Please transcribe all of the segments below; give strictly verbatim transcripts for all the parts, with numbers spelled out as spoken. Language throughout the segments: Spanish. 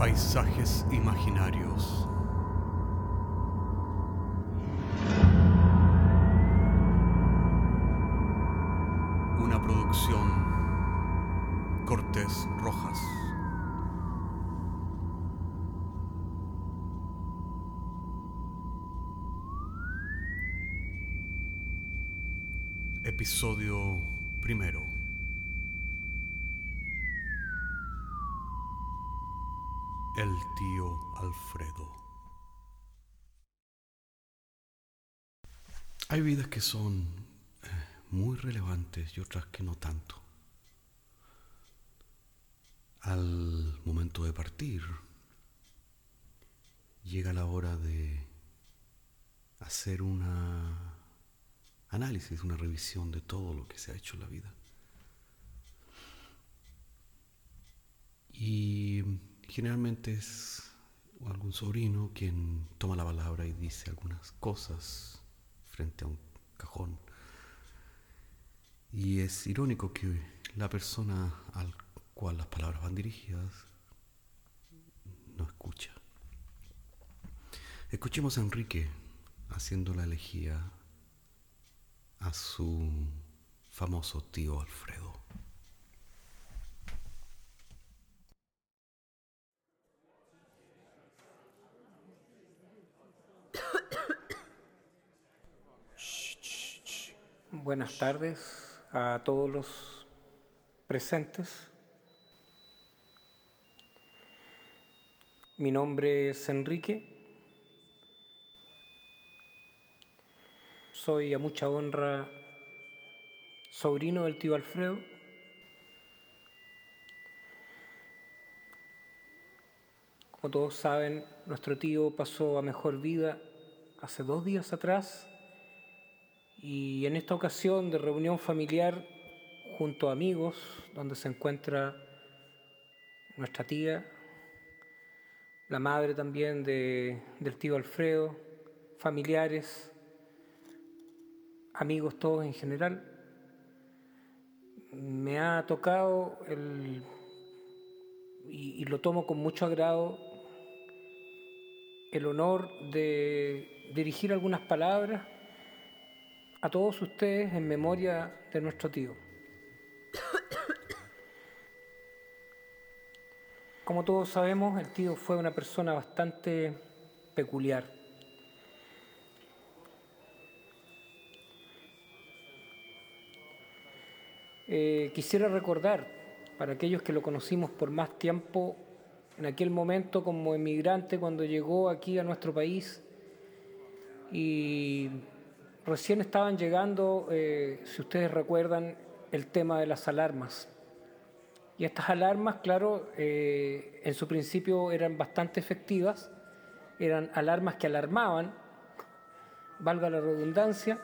Paisajes imaginarios. Una producción Cortés Rojas. Episodio primero. El tío Alfredo. Hay vidas que son eh, muy relevantes y otras que no tanto. Al momento de partir, llega la hora de hacer una análisis, una revisión de todo lo que se ha hecho en la vida. Y generalmente es algún sobrino quien toma la palabra y dice algunas cosas frente a un cajón. Y es irónico que la persona al cual las palabras van dirigidas no escucha. Escuchemos a Enrique haciendo la elegía a su famoso tío Alfredo. Buenas tardes a todos los presentes. Mi nombre es Enrique. Soy a mucha honra sobrino del tío Alfredo. Como todos saben, nuestro tío pasó a mejor vida hace dos días atrás. Y en esta ocasión de reunión familiar junto a amigos, donde se encuentra nuestra tía, la madre también de, del tío Alfredo, familiares, amigos todos en general, me ha tocado, el, y, y lo tomo con mucho agrado, el honor de dirigir algunas palabras a todos ustedes en memoria de nuestro tío. Como todos sabemos, el tío fue una persona bastante peculiar. Eh, quisiera recordar, para aquellos que lo conocimos por más tiempo, en aquel momento como emigrante cuando llegó aquí a nuestro país y recién estaban llegando, eh, si ustedes recuerdan, el tema de las alarmas. Y estas alarmas, claro, eh, en su principio eran bastante efectivas, eran alarmas que alarmaban, valga la redundancia,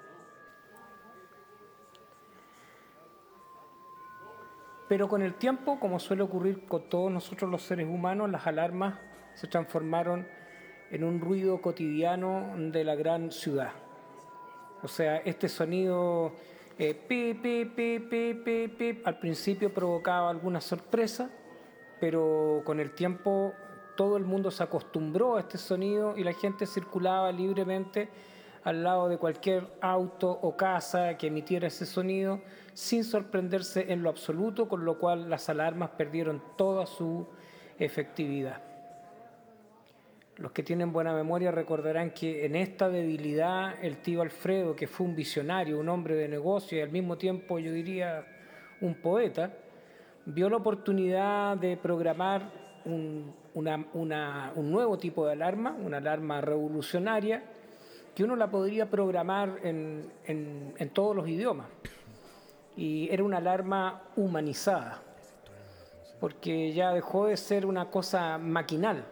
pero con el tiempo, como suele ocurrir con todos nosotros los seres humanos, las alarmas se transformaron en un ruido cotidiano de la gran ciudad. O sea, este sonido eh, pip, pip, pip, pip, pip, pip, al principio provocaba alguna sorpresa, pero con el tiempo todo el mundo se acostumbró a este sonido y la gente circulaba libremente al lado de cualquier auto o casa que emitiera ese sonido sin sorprenderse en lo absoluto, con lo cual las alarmas perdieron toda su efectividad. Los que tienen buena memoria recordarán que en esta debilidad el tío Alfredo, que fue un visionario, un hombre de negocio y al mismo tiempo yo diría un poeta, vio la oportunidad de programar un, una, una, un nuevo tipo de alarma, una alarma revolucionaria, que uno la podría programar en, en, en todos los idiomas. Y era una alarma humanizada, porque ya dejó de ser una cosa maquinal.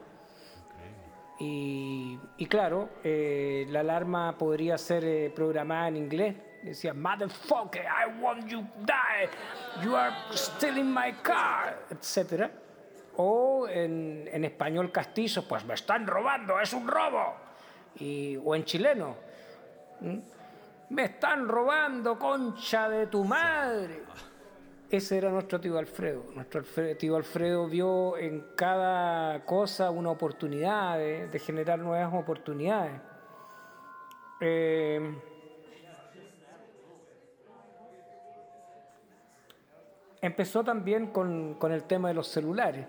Y, y claro, eh, la alarma podría ser eh, programada en inglés. Decía, motherfucker, I want you die, you are stealing my car, etcétera. O en, en español castillo, pues me están robando, es un robo. Y, o en chileno, ¿Mm? me están robando, concha de tu madre. ese era nuestro tío Alfredo. Nuestro Alfredo, tío Alfredo vio en cada cosa una oportunidad de, de generar nuevas oportunidades. Eh, empezó también con, con el tema de los celulares.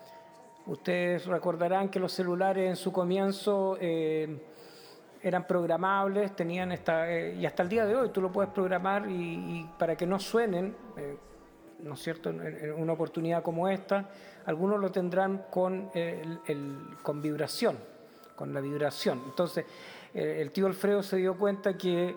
Ustedes recordarán que los celulares en su comienzo eh, eran programables, tenían esta, eh, y hasta el día de hoy tú lo puedes programar y, y para que no suenen, eh, ¿no es cierto?, en, en una oportunidad como esta, algunos lo tendrán con, el, el, con vibración, con la vibración. Entonces, eh, el tío Alfredo se dio cuenta que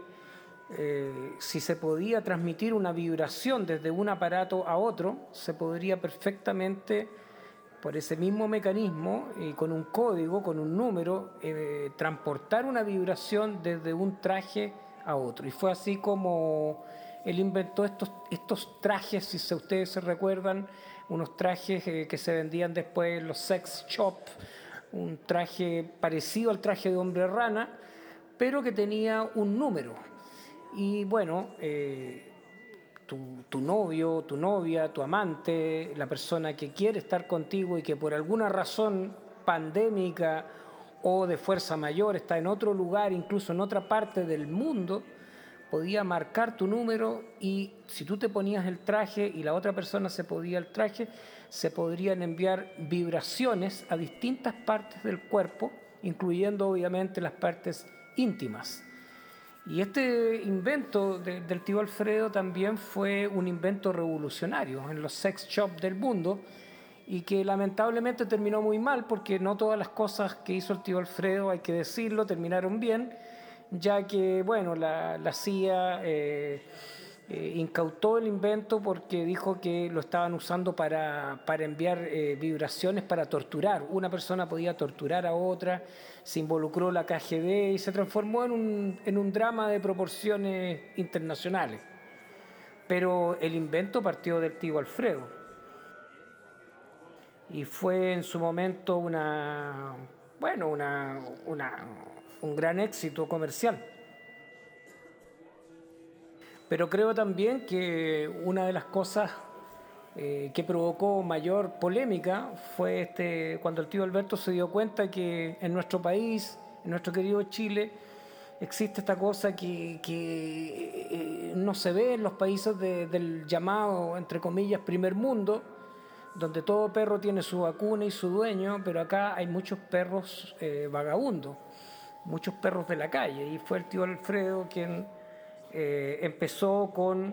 eh, si se podía transmitir una vibración desde un aparato a otro, se podría perfectamente, por ese mismo mecanismo y con un código, con un número, eh, transportar una vibración desde un traje a otro. Y fue así como él inventó estos, estos trajes, si ustedes se recuerdan, unos trajes eh, que se vendían después en los sex shops, un traje parecido al traje de hombre rana, pero que tenía un número. Y bueno, eh, Tu, tu novio, tu novia, tu amante, la persona que quiere estar contigo y que por alguna razón pandémica o de fuerza mayor está en otro lugar, incluso en otra parte del mundo, podía marcar tu número y si tú te ponías el traje y la otra persona se ponía el traje, se podrían enviar vibraciones a distintas partes del cuerpo, incluyendo obviamente las partes íntimas. Y este invento de, del tío Alfredo también fue un invento revolucionario en los sex shops del mundo y que lamentablemente terminó muy mal porque no todas las cosas que hizo el tío Alfredo, hay que decirlo, terminaron bien, ya que, bueno, la, la C I A eh, eh, incautó el invento porque dijo que lo estaban usando para, para enviar eh, vibraciones para torturar. Una persona podía torturar a otra, se involucró la K G B y se transformó en un, en un drama de proporciones internacionales. Pero el invento partió del tío Alfredo y fue en su momento una, bueno, una, una, un gran éxito comercial. Pero creo también que una de las cosas eh, que provocó mayor polémica fue este, cuando el tío Alberto se dio cuenta que en nuestro país, en nuestro querido Chile, existe esta cosa que, que eh, no se ve en los países de, del llamado, entre comillas, primer mundo, donde todo perro tiene su vacuna y su dueño, pero acá hay muchos perros eh, vagabundos, muchos perros de la calle, y fue el tío Alfredo quien Eh, empezó con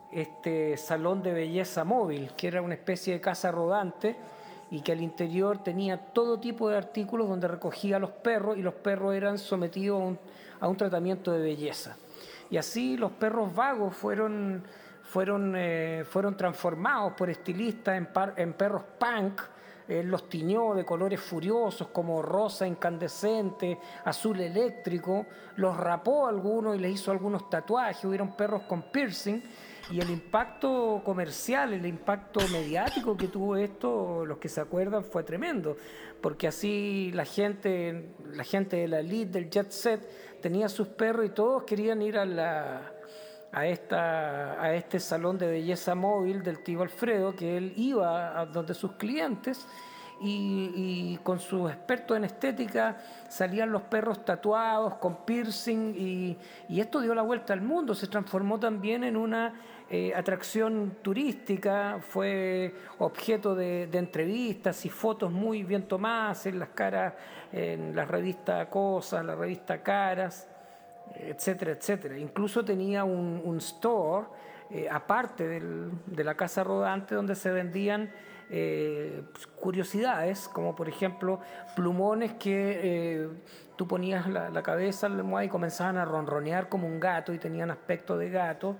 este salón de belleza móvil, que era una especie de casa rodante y que al interior tenía todo tipo de artículos donde recogía a los perros y los perros eran sometidos a un, a un tratamiento de belleza. Y así los perros vagos fueron, fueron, eh, fueron transformados por estilistas en, par, en perros punk. Él los tiñó de colores furiosos como rosa incandescente, azul eléctrico, los rapó a algunos y les hizo algunos tatuajes, hubieron perros con piercing y el impacto comercial, el impacto mediático que tuvo esto, los que se acuerdan, fue tremendo, porque así la gente, la gente de la elite, del jet set, tenía sus perros y todos querían ir a la... A, esta, a este salón de belleza móvil del tío Alfredo, que él iba a donde sus clientes y, y con sus expertos en estética salían los perros tatuados, con piercing y, y esto dio la vuelta al mundo, se transformó también en una eh, atracción turística, fue objeto de, de entrevistas y fotos muy bien tomadas en las caras, en la revista Cosas, la revista Caras, etcétera, etcétera. Incluso tenía un, un store eh, aparte del, de la casa rodante donde se vendían eh, curiosidades, como por ejemplo plumones que eh, tú ponías la, la cabeza en la almohada y comenzaban a ronronear como un gato y tenían aspecto de gato.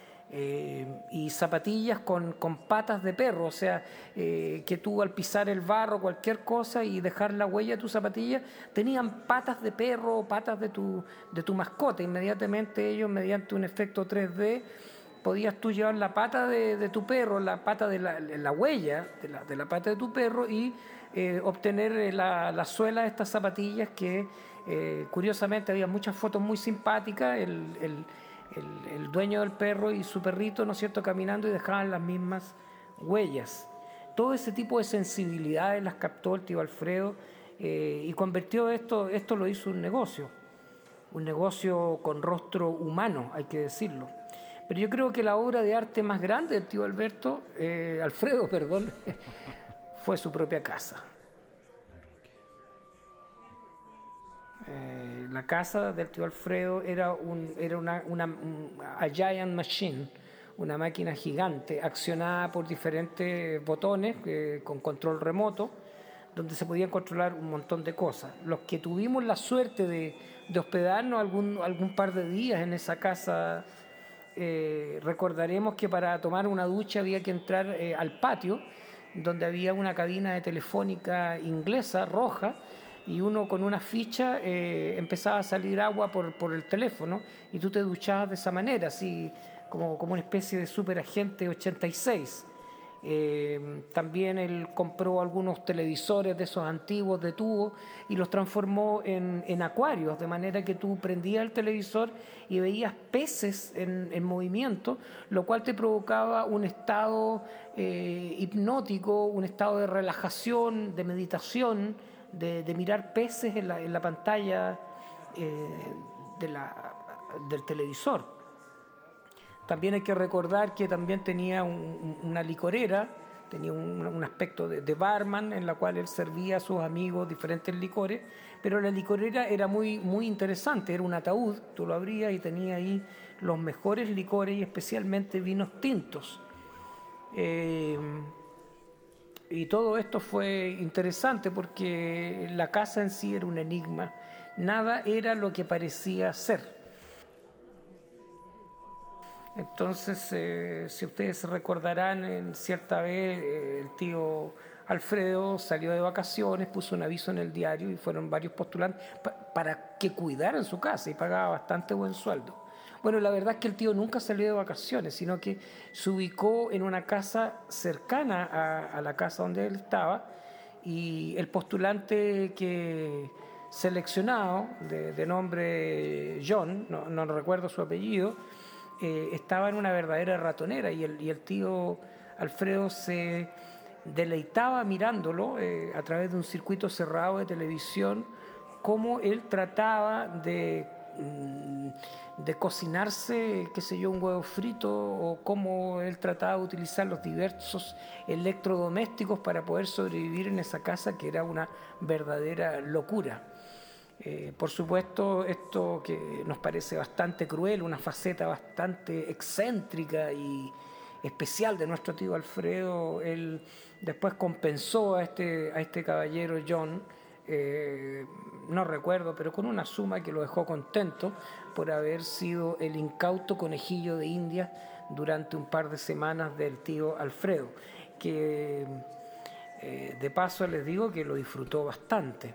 Eh, y zapatillas con, con patas de perro, o sea, eh, que tú al pisar el barro, cualquier cosa y dejar la huella de tu zapatilla, tenían patas de perro o patas de tu, de tu mascota. Inmediatamente ellos, mediante un efecto tres D, podías tú llevar la pata de, de tu perro, la pata de la, la huella de la, de la pata de tu perro y eh, obtener la, la suela de estas zapatillas que, eh, curiosamente, había muchas fotos muy simpáticas. El, el el, el dueño del perro y su perrito, ¿no es cierto?, caminando y dejaban las mismas huellas. Todo ese tipo de sensibilidades las captó el tío Alfredo eh, y convirtió esto, esto lo hizo un negocio, un negocio con rostro humano, hay que decirlo. Pero yo creo que la obra de arte más grande del tío Alberto, eh, Alfredo, perdón, fue su propia casa. Eh, la casa del tío Alfredo era, un, era una, una un, a giant machine, una máquina gigante accionada por diferentes botones eh, con control remoto, donde se podían controlar un montón de cosas. Los que tuvimos la suerte de, de hospedarnos algún, algún par de días en esa casa, eh, recordaremos que para tomar una ducha había que entrar eh, al patio, donde había una cabina de telefónica inglesa roja, y uno con una ficha eh, empezaba a salir agua por, por el teléfono y tú te duchabas de esa manera, así como, como una especie de superagente ochenta y seis. Eh, también él compró algunos televisores de esos antiguos de tubo y los transformó en, en acuarios, de manera que tú prendías el televisor y veías peces en, en movimiento, lo cual te provocaba un estado eh, hipnótico, un estado de relajación, de meditación, de, de mirar peces en la, en la pantalla eh, de la, del televisor. También hay que recordar que también tenía un, una licorera, tenía un, un aspecto de, de barman en la cual él servía a sus amigos diferentes licores, pero la licorera era muy, muy interesante, era un ataúd, tú lo abrías y tenía ahí los mejores licores y especialmente vinos tintos. Eh, y todo esto fue interesante porque la casa en sí era un enigma, nada era lo que parecía ser. Entonces, eh, si ustedes se recordarán, en cierta vez eh, el tío Alfredo salió de vacaciones, puso un aviso en el diario y fueron varios postulantes pa para que cuidaran su casa y pagaba bastante buen sueldo. Bueno, la verdad es que el tío nunca salió de vacaciones, sino que se ubicó en una casa cercana a, a la casa donde él estaba y el postulante que seleccionado, de, de nombre John, no, no recuerdo su apellido, Eh, estaba en una verdadera ratonera y el, y el tío Alfredo se deleitaba mirándolo eh, a través de un circuito cerrado de televisión, cómo él trataba de, de cocinarse, qué sé yo, un huevo frito, o cómo él trataba de utilizar los diversos electrodomésticos para poder sobrevivir en esa casa que era una verdadera locura. Eh, por supuesto, esto que nos parece bastante cruel, una faceta bastante excéntrica y especial de nuestro tío Alfredo, él después compensó a este, a este caballero John, eh, no recuerdo, pero con una suma que lo dejó contento por haber sido el incauto conejillo de Indias durante un par de semanas del tío Alfredo, que eh, de paso les digo que lo disfrutó bastante.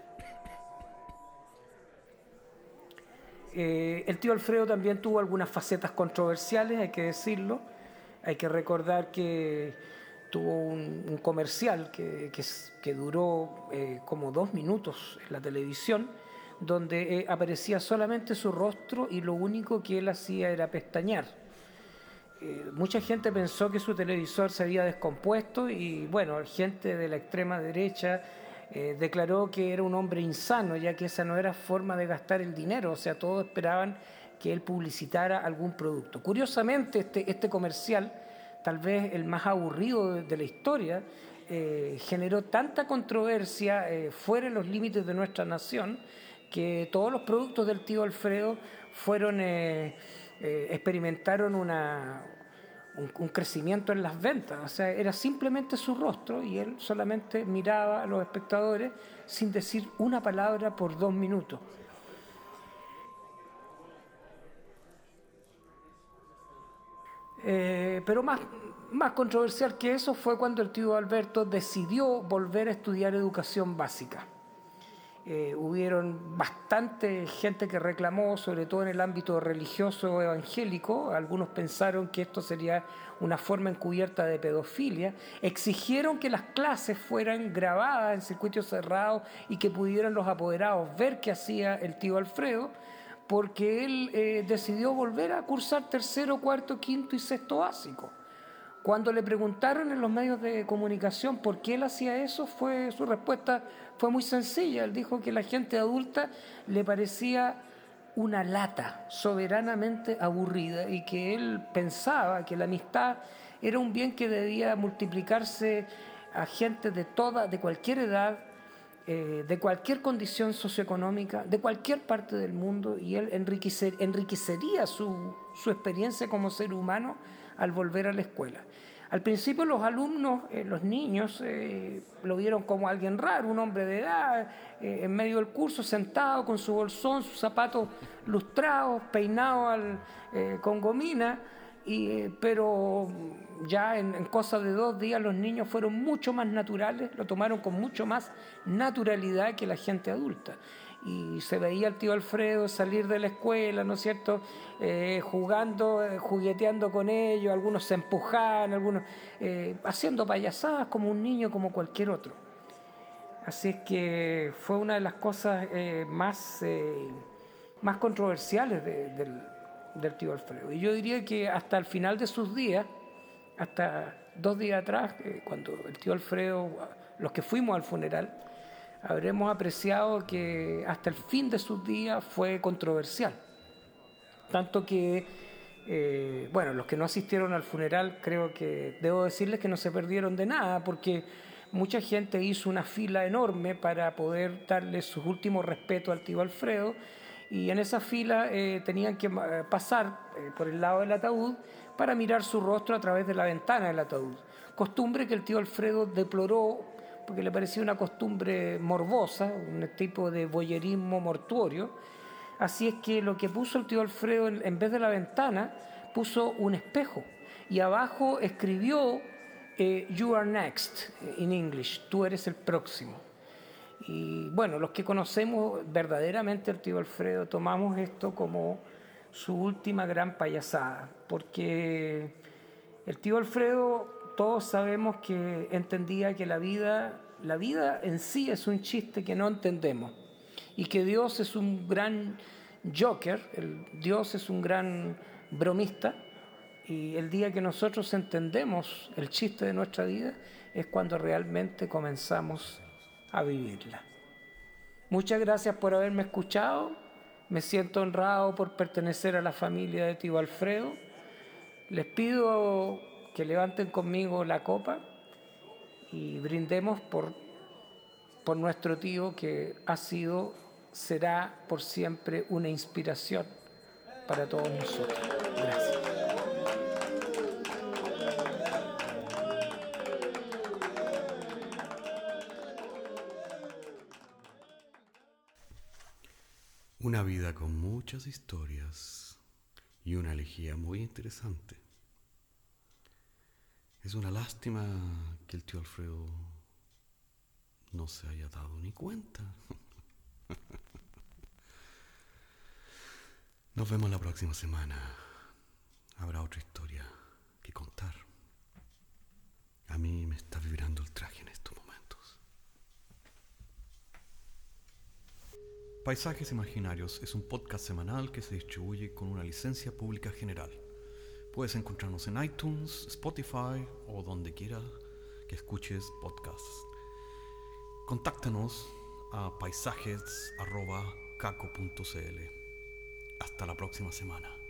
Eh, el tío Alfredo también tuvo algunas facetas controversiales, hay que decirlo. Hay que recordar que tuvo un, un comercial que, que, que duró eh, como dos minutos en la televisión, donde eh, aparecía solamente su rostro y lo único que él hacía era pestañear. Eh, mucha gente pensó que su televisor se había descompuesto y, bueno, gente de la extrema derecha Eh, declaró que era un hombre insano, ya que esa no era forma de gastar el dinero, o sea, todos esperaban que él publicitara algún producto. Curiosamente, este, este comercial, tal vez el más aburrido de, de la historia, eh, generó tanta controversia eh, fuera de los límites de nuestra nación, que todos los productos del tío Alfredo fueron, eh, eh, experimentaron una... Un, un crecimiento en las ventas, o sea, era simplemente su rostro y él solamente miraba a los espectadores sin decir una palabra por dos minutos. Eh, pero más, más controversial que eso fue cuando el tío Alberto decidió volver a estudiar educación básica. Eh, hubieron bastante gente que reclamó, sobre todo en el ámbito religioso evangélico. Algunos pensaron que esto sería una forma encubierta de pedofilia. Exigieron que las clases fueran grabadas en circuitos cerrados y que pudieran los apoderados ver qué hacía el tío Alfredo. porque él eh, decidió volver a cursar tercero, cuarto, quinto y sexto básico. Cuando le preguntaron en los medios de comunicación por qué él hacía eso, fue, su respuesta fue muy sencilla. Él dijo que la gente adulta le parecía una lata soberanamente aburrida y que él pensaba que la amistad era un bien que debía multiplicarse a gente de toda, de cualquier edad, eh, de cualquier condición socioeconómica, de cualquier parte del mundo, y él enriquecer, enriquecería su, su experiencia como ser humano al volver a la escuela. Al principio los alumnos, eh, los niños, eh, lo vieron como alguien raro, un hombre de edad, eh, en medio del curso, sentado con su bolsón, sus zapatos lustrados, peinado al, eh, con gomina, y, eh, pero ya en, en cosa de dos días los niños fueron mucho más naturales, lo tomaron con mucho más naturalidad que la gente adulta. Y se veía al tío Alfredo salir de la escuela, ¿no es cierto?, eh, jugando, eh, jugueteando con ellos, algunos se empujaban, algunos eh, haciendo payasadas como un niño, como cualquier otro. Así es que fue una de las cosas eh, más, eh, más controversiales de, del, del tío Alfredo. Y yo diría que hasta el final de sus días, hasta dos días atrás, eh, cuando el tío Alfredo, los que fuimos al funeral, habremos apreciado que hasta el fin de sus días fue controversial. Tanto que, eh, bueno, los que no asistieron al funeral, creo que debo decirles que no se perdieron de nada, porque mucha gente hizo una fila enorme para poder darle sus últimos respetos al tío Alfredo, y en esa fila eh, tenían que eh, pasar eh, por el lado del ataúd para mirar su rostro a través de la ventana del ataúd. Costumbre que el tío Alfredo deploró, porque le parecía una costumbre morbosa, un tipo de voyerismo mortuorio. Así es que lo que puso el tío Alfredo, en vez de la ventana, puso un espejo, y abajo escribió eh, "You are next" en English, tú eres el próximo. Y bueno, los que conocemos verdaderamente al tío Alfredo tomamos esto como su última gran payasada, porque el tío Alfredo, todos sabemos que entendía que la vida, la vida en sí es un chiste que no entendemos, y que Dios es un gran joker, el, Dios es un gran bromista, y el día que nosotros entendemos el chiste de nuestra vida es cuando realmente comenzamos a vivirla. Muchas gracias por haberme escuchado. Me siento honrado por pertenecer a la familia de tío Alfredo. Les pido que levanten conmigo la copa y brindemos por, por nuestro tío, que ha sido, será por siempre una inspiración para todos nosotros. Gracias. Una vida con muchas historias y una elegía muy interesante. Es una lástima que el tío Alfredo no se haya dado ni cuenta. Nos vemos la próxima semana. Habrá otra historia que contar. A mí me está vibrando el traje en estos momentos. Paisajes Imaginarios es un podcast semanal que se distribuye con una licencia pública general. Puedes encontrarnos en iTunes, Spotify o donde quiera que escuches podcasts. Contáctanos a paisajes arroba caco punto cl. Hasta la próxima semana.